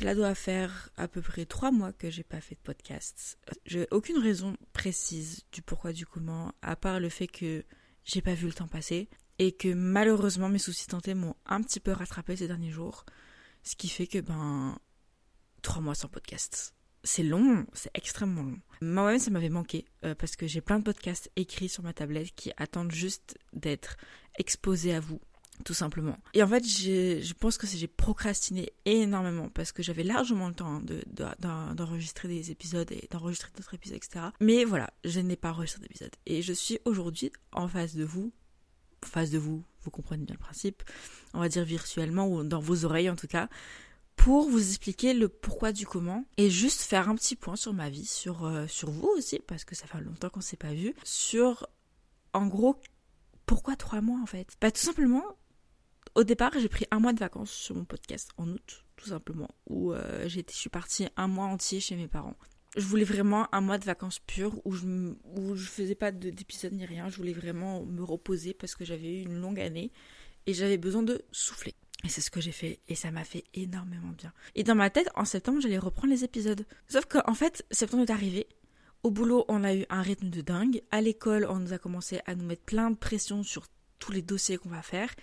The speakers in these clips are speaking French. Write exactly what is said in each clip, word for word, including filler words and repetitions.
Cela doit faire à peu près trois mois que j'ai pas fait de podcast. J'ai aucune raison précise du pourquoi, du comment, à part le fait que j'ai pas vu le temps passer et que malheureusement mes soucis de santé m'ont un petit peu rattrapé ces derniers jours. Ce qui fait que, ben, trois mois sans podcast. C'est long, c'est extrêmement long. Moi-même, ça m'avait manqué euh, parce que j'ai plein de podcasts écrits sur ma tablette qui attendent juste d'être exposés à vous, tout simplement. Et en fait, j'ai, je pense que c'est, j'ai procrastiné énormément parce que j'avais largement le temps hein, de, de, d'en, d'enregistrer des épisodes et d'enregistrer d'autres épisodes, et cetera. Mais voilà, je n'ai pas enregistré d'épisode. Et je suis aujourd'hui en face de vous, en face de vous, vous comprenez bien le principe, on va dire virtuellement ou dans vos oreilles en tout cas, pour vous expliquer le pourquoi du comment et juste faire un petit point sur ma vie, sur, euh, sur vous aussi, parce que ça fait longtemps qu'on ne s'est pas vu, sur, en gros, pourquoi trois mois en fait. Bah tout simplement, au départ, j'ai pris un mois de vacances sur mon podcast, en août, tout simplement, où euh, j'ai été, je suis partie un mois entier chez mes parents. Je voulais vraiment un mois de vacances pures, où je ne où je faisais pas de, d'épisode ni rien, je voulais vraiment me reposer, parce que j'avais eu une longue année, et j'avais besoin de souffler. Et c'est ce que j'ai fait, et ça m'a fait énormément bien. Et dans ma tête, en septembre, j'allais reprendre les épisodes. Sauf qu'en fait, septembre est arrivé, au boulot, on a eu un rythme de dingue, à l'école, on nous a commencé à nous mettre plein de pression sur tous les dossiers qu'on va faire,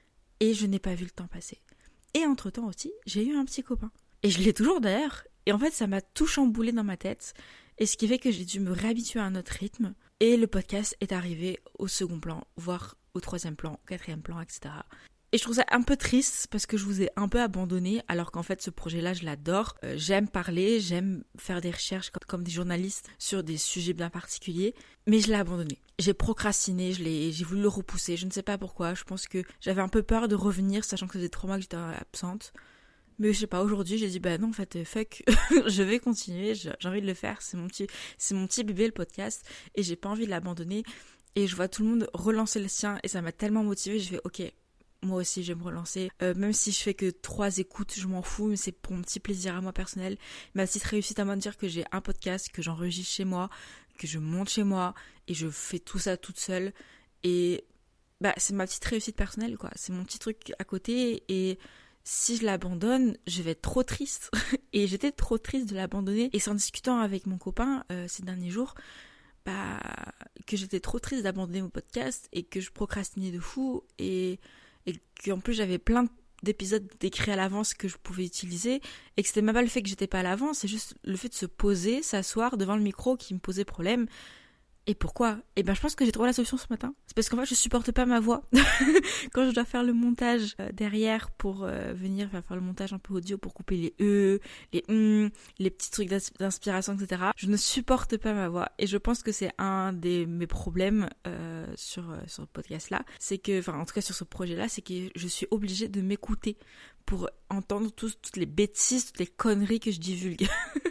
et je n'ai pas vu le temps passer. Et entre-temps aussi, j'ai eu un petit copain. Et je l'ai toujours d'ailleurs, et en fait, ça m'a tout chamboulé dans ma tête, et ce qui fait que j'ai dû me réhabituer à un autre rythme, et le podcast est arrivé au second plan, voire au troisième plan, au quatrième plan, et cetera. Et je trouve ça un peu triste parce que je vous ai un peu abandonné alors qu'en fait ce projet-là je l'adore. Euh, j'aime parler, j'aime faire des recherches comme, comme des journalistes sur des sujets bien particuliers, mais je l'ai abandonné. J'ai procrastiné, je l'ai, j'ai voulu le repousser, je ne sais pas pourquoi. Je pense que j'avais un peu peur de revenir sachant que ça faisait trois mois que j'étais absente. Mais je sais pas, aujourd'hui j'ai dit bah non en fait fuck, je vais continuer, j'ai envie de le faire, c'est mon petit, c'est mon petit bébé le podcast et j'ai pas envie de l'abandonner. Et je vois tout le monde relancer le sien et ça m'a tellement motivée, je fais ok. Moi aussi, je vais me relancer. Euh, même si je fais que trois écoutes, je m'en fous, mais c'est pour mon petit plaisir à moi personnel. Ma petite réussite à moi de dire que j'ai un podcast, que j'enregistre chez moi, que je monte chez moi, et je fais tout ça toute seule. Et bah, c'est ma petite réussite personnelle, quoi. C'est mon petit truc à côté, et si je l'abandonne, je vais être trop triste. Et j'étais trop triste de l'abandonner. Et c'est en discutant avec mon copain euh, ces derniers jours, bah, que j'étais trop triste d'abandonner mon podcast, et que je procrastinais de fou, et... et qu'en plus j'avais plein d'épisodes d'écrits à l'avance que je pouvais utiliser et que c'était même pas le fait que j'étais pas à l'avance, c'est juste le fait de se poser, s'asseoir devant le micro qui me posait problème. Et pourquoi ? Eh ben je pense que j'ai trouvé la solution ce matin. C'est parce qu'en fait je supporte pas ma voix. Quand je dois faire le montage euh, derrière pour euh, venir faire, faire le montage un peu audio pour couper les E, les hum, les petits trucs d'inspiration, et cetera. Je ne supporte pas ma voix. Et je pense que c'est un de mes problèmes euh, sur, euh, sur le podcast là. C'est que, enfin en tout cas sur ce projet là, c'est que je suis obligée de m'écouter pour entendre tous, toutes les bêtises, toutes les conneries que je divulgue.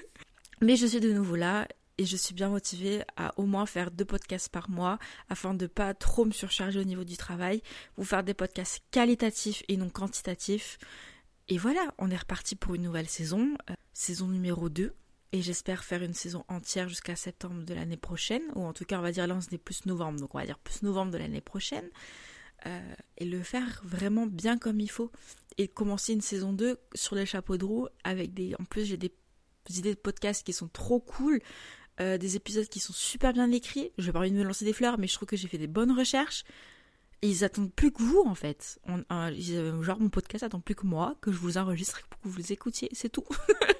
Mais je suis de nouveau là. Et je suis bien motivée à au moins faire deux podcasts par mois afin de pas trop me surcharger au niveau du travail, vous faire des podcasts qualitatifs et non quantitatifs. Et voilà, on est reparti pour une nouvelle saison, euh, saison numéro deux. Et j'espère faire une saison entière jusqu'à septembre de l'année prochaine, ou en tout cas on va dire là on est plus novembre, donc on va dire plus novembre de l'année prochaine. Euh, et le faire vraiment bien comme il faut. Et commencer une saison deux sur les chapeaux de roue avec des... En plus j'ai des idées de podcasts qui sont trop cool. Euh, des épisodes qui sont super bien écrits. Je n'ai pas envie de me lancer des fleurs, mais je trouve que j'ai fait des bonnes recherches. Et ils attendent plus que vous, en fait. On, euh, genre, mon podcast attend plus que moi, que je vous enregistre pour que vous les écoutiez, c'est tout.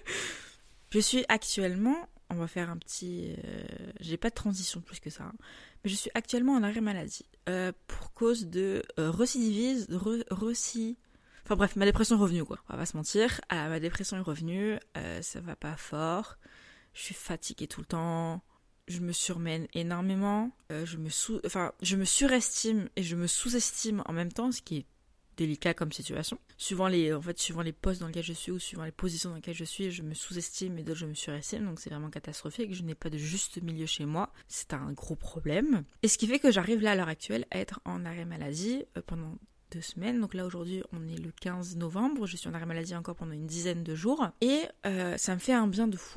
Je suis actuellement, on va faire un petit... Euh, j'ai pas de transition plus que ça, hein, mais je suis actuellement en arrêt maladie. Euh, pour cause de euh, récidivisme, de re, reci... Enfin bref, ma dépression est revenue, quoi. On va pas se mentir. Ah, ma dépression est revenue, euh, ça va pas fort. Je suis fatiguée tout le temps, je me surmène énormément, euh, je me sous, enfin, je me surestime et je me sous-estime en même temps, ce qui est délicat comme situation. Suivant les, en fait, suivant les postes dans lesquels je suis ou suivant les positions dans lesquelles je suis, je me sous-estime et d'autres je me surestime, donc c'est vraiment catastrophique. Je n'ai pas de juste milieu chez moi, c'est un gros problème. Et ce qui fait que j'arrive là à l'heure actuelle à être en arrêt maladie euh, pendant deux semaines. Donc là aujourd'hui on est le quinze novembre, je suis en arrêt maladie encore pendant une dizaine de jours et euh, ça me fait un bien de fou.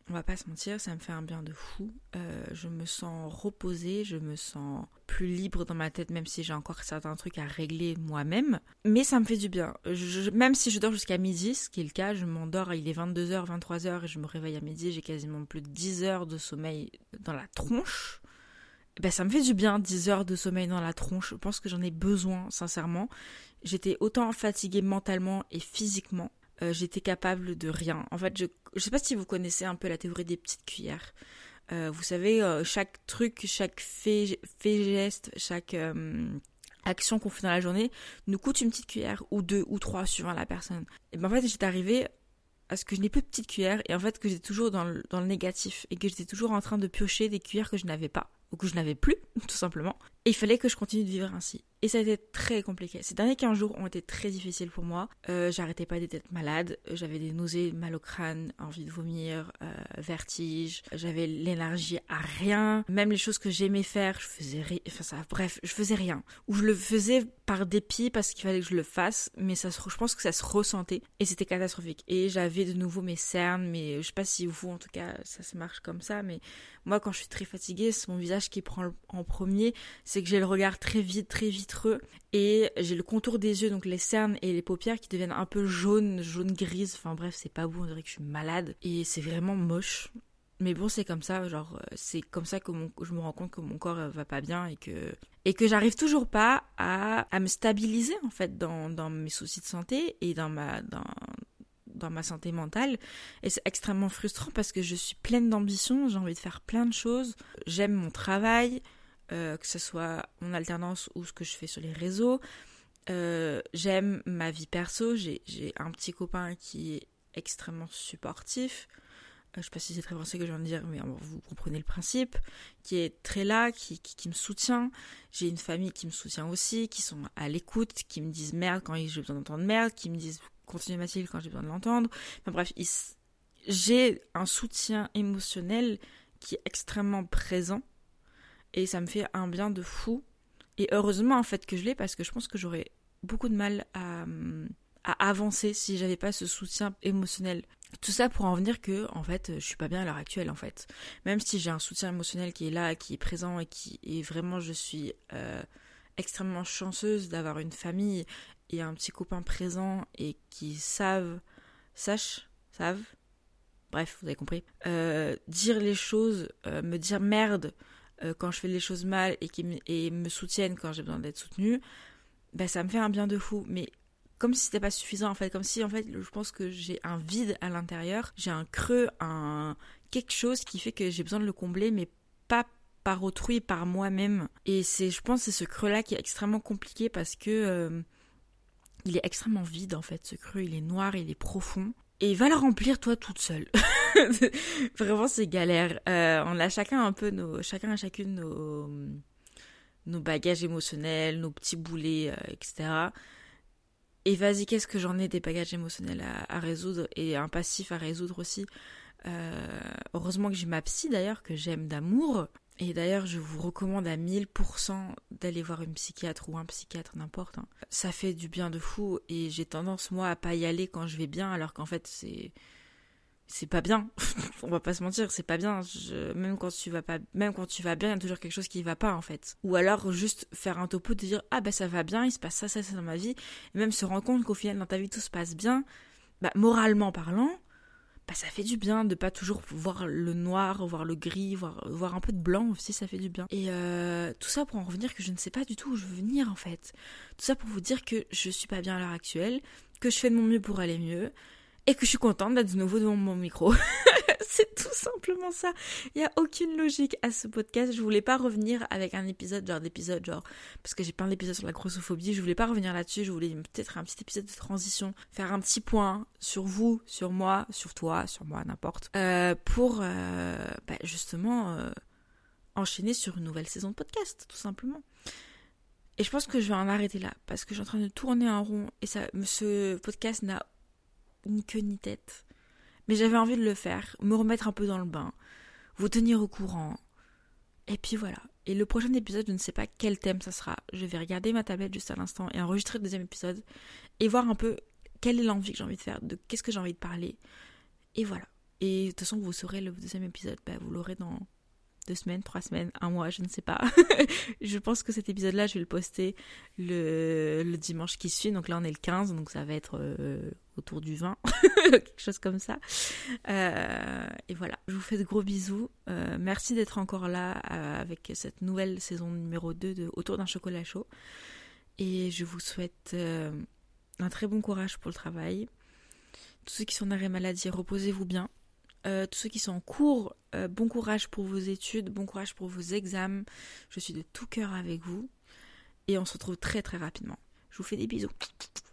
on va pas se mentir, ça me fait un bien de fou. Euh, je me sens reposée, je me sens plus libre dans ma tête, même si j'ai encore certains trucs à régler moi-même. Mais ça me fait du bien. Je, même si je dors jusqu'à midi, ce qui est le cas, je m'endors, il est vingt-deux heures, vingt-trois heures et je me réveille à midi, j'ai quasiment plus de dix heures de sommeil dans la tronche. Ben, ça me fait du bien, dix heures de sommeil dans la tronche. Je pense que j'en ai besoin, sincèrement. J'étais autant fatiguée mentalement et physiquement. Euh, j'étais capable de rien. En fait, je ne sais pas si vous connaissez un peu la théorie des petites cuillères. Euh, vous savez, euh, chaque truc, chaque fait, fait geste, chaque euh, action qu'on fait dans la journée nous coûte une petite cuillère, ou deux, ou trois, suivant la personne. Et ben en fait, j'étais arrivée à ce que je n'ai plus de petites cuillères, et en fait que j'étais toujours dans le, dans le négatif, et que j'étais toujours en train de piocher des cuillères que je n'avais pas, ou que je n'avais plus, tout simplement. Et il fallait que je continue de vivre ainsi. Et ça a été très compliqué. Ces derniers quinze jours ont été très difficiles pour moi. Euh, j'arrêtais pas d'être malade. J'avais des nausées, mal au crâne, envie de vomir, euh, vertige. J'avais l'énergie à rien. Même les choses que j'aimais faire, je faisais rien. Enfin ça, bref, je faisais rien. Ou je le faisais par dépit parce qu'il fallait que je le fasse. Mais ça, je pense que ça se ressentait. Et c'était catastrophique. Et j'avais de nouveau mes cernes. Mais je sais pas si vous, en tout cas, ça se marche comme ça. Mais moi, quand je suis très fatiguée, c'est mon visage qui prend en premier. C'est que j'ai le regard très vite, très vitreux, et j'ai le contour des yeux, donc les cernes et les paupières qui deviennent un peu jaunes, jaune-grise, enfin bref, c'est pas beau, on dirait que je suis malade, et c'est vraiment moche. Mais bon, c'est comme ça, genre, c'est comme ça que mon, je me rends compte que mon corps va pas bien, et que, et que j'arrive toujours pas à, à me stabiliser, en fait, dans, dans mes soucis de santé, et dans ma, dans, dans ma santé mentale, et c'est extrêmement frustrant parce que je suis pleine d'ambition, j'ai envie de faire plein de choses, j'aime mon travail, Euh, que ce soit mon alternance ou ce que je fais sur les réseaux. Euh, j'aime ma vie perso, j'ai, j'ai un petit copain qui est extrêmement supportif, euh, je sais pas si c'est très français que je viens de dire, mais bon, vous comprenez le principe, qui est très là, qui, qui, qui me soutient. J'ai une famille qui me soutient aussi, qui sont à l'écoute, qui me disent merde quand j'ai besoin d'entendre merde, qui me disent continue Mathilde quand j'ai besoin de l'entendre. Enfin bref, ils, j'ai un soutien émotionnel qui est extrêmement présent. Et ça me fait un bien de fou. Et heureusement, en fait, que je l'ai, parce que je pense que j'aurais beaucoup de mal à, à avancer si j'avais pas ce soutien émotionnel. Tout ça pour en venir que, en fait, je suis pas bien à l'heure actuelle, en fait. Même si j'ai un soutien émotionnel qui est là, qui est présent, et qui et vraiment, je suis euh, extrêmement chanceuse d'avoir une famille et un petit copain présent et qui savent, sachent, savent, bref, vous avez compris, euh, dire les choses, euh, me dire merde, Euh, quand je fais les choses mal et qui me, et me soutiennent quand j'ai besoin d'être soutenue, ben ça me fait un bien de fou. Mais comme si c'était pas suffisant en fait, comme si en fait je pense que j'ai un vide à l'intérieur, j'ai un creux, un quelque chose qui fait que j'ai besoin de le combler, mais pas par autrui, par moi-même. Et c'est, je pense, c'est ce creux-là qui est extrêmement compliqué parce que euh, il est extrêmement vide en fait. Ce creux, il est noir, il est profond. Et va le remplir toi toute seule. Vraiment c'est galère. Euh, on a chacun un peu nos, chacun et chacune nos, nos bagages émotionnels, nos petits boulets, euh, et cetera. Et vas-y, qu'est-ce que j'en ai des bagages émotionnels à, à résoudre et un passif à résoudre aussi. Euh, heureusement que j'ai ma psy d'ailleurs, que j'aime d'amour. Et d'ailleurs, je vous recommande à mille pour cent d'aller voir une psychiatre ou un psychiatre, n'importe. Hein. Ça fait du bien de fou et j'ai tendance, moi, à pas y aller quand je vais bien, alors qu'en fait, c'est... c'est pas bien. On va pas se mentir, c'est pas bien. Je... Même quand tu vas pas, même quand tu vas bien, il y a toujours quelque chose qui va pas, en fait. Ou alors, juste faire un topo, de dire, ah bah ça va bien, il se passe ça, ça, ça dans ma vie. Et même se rendre compte qu'au final, dans ta vie, tout se passe bien. Bah, moralement parlant, bah ça fait du bien de pas toujours voir le noir, voir le gris, voir, voir un peu de blanc aussi, ça fait du bien. Et euh, tout ça pour en revenir que je ne sais pas du tout où je veux venir en fait. Tout ça pour vous dire que je suis pas bien à l'heure actuelle, que je fais de mon mieux pour aller mieux, et que je suis contente d'être de nouveau devant mon micro. C'est tout simplement ça. Il n'y a aucune logique à ce podcast. Je voulais pas revenir avec un épisode, genre d'épisode, genre, parce que j'ai plein d'épisodes sur la grossophobie, je voulais pas revenir là-dessus, je voulais peut-être un petit épisode de transition, faire un petit point sur vous, sur moi, sur toi, sur moi, n'importe, euh, pour euh, bah, justement euh, enchaîner sur une nouvelle saison de podcast, tout simplement. Et je pense que je vais en arrêter là, parce que je suis en train de tourner en rond, et ça, ce podcast n'a ni queue ni tête. Mais j'avais envie de le faire, me remettre un peu dans le bain, vous tenir au courant. Et puis voilà. Et le prochain épisode, je ne sais pas quel thème ça sera. Je vais regarder ma tablette juste à l'instant et enregistrer le deuxième épisode et voir un peu quelle est l'envie que j'ai envie de faire, de qu'est-ce que j'ai envie de parler. Et voilà. Et de toute façon, vous saurez le deuxième épisode, bah, vous l'aurez dans deux semaines, trois semaines, un mois, je ne sais pas. Je pense que cet épisode-là, je vais le poster le, le dimanche qui suit. Donc là, on est le quinze, donc ça va être euh, autour du vingt, quelque chose comme ça. Euh, et voilà, je vous fais de gros bisous. Euh, merci d'être encore là euh, avec cette nouvelle saison numéro deux de Autour d'un chocolat chaud. Et je vous souhaite euh, un très bon courage pour le travail. Tous ceux qui sont en arrêt maladie, reposez-vous bien. Euh, tous ceux qui sont en cours, euh, bon courage pour vos études, bon courage pour vos examens. Je suis de tout cœur avec vous. Et on se retrouve très très rapidement. Je vous fais des bisous.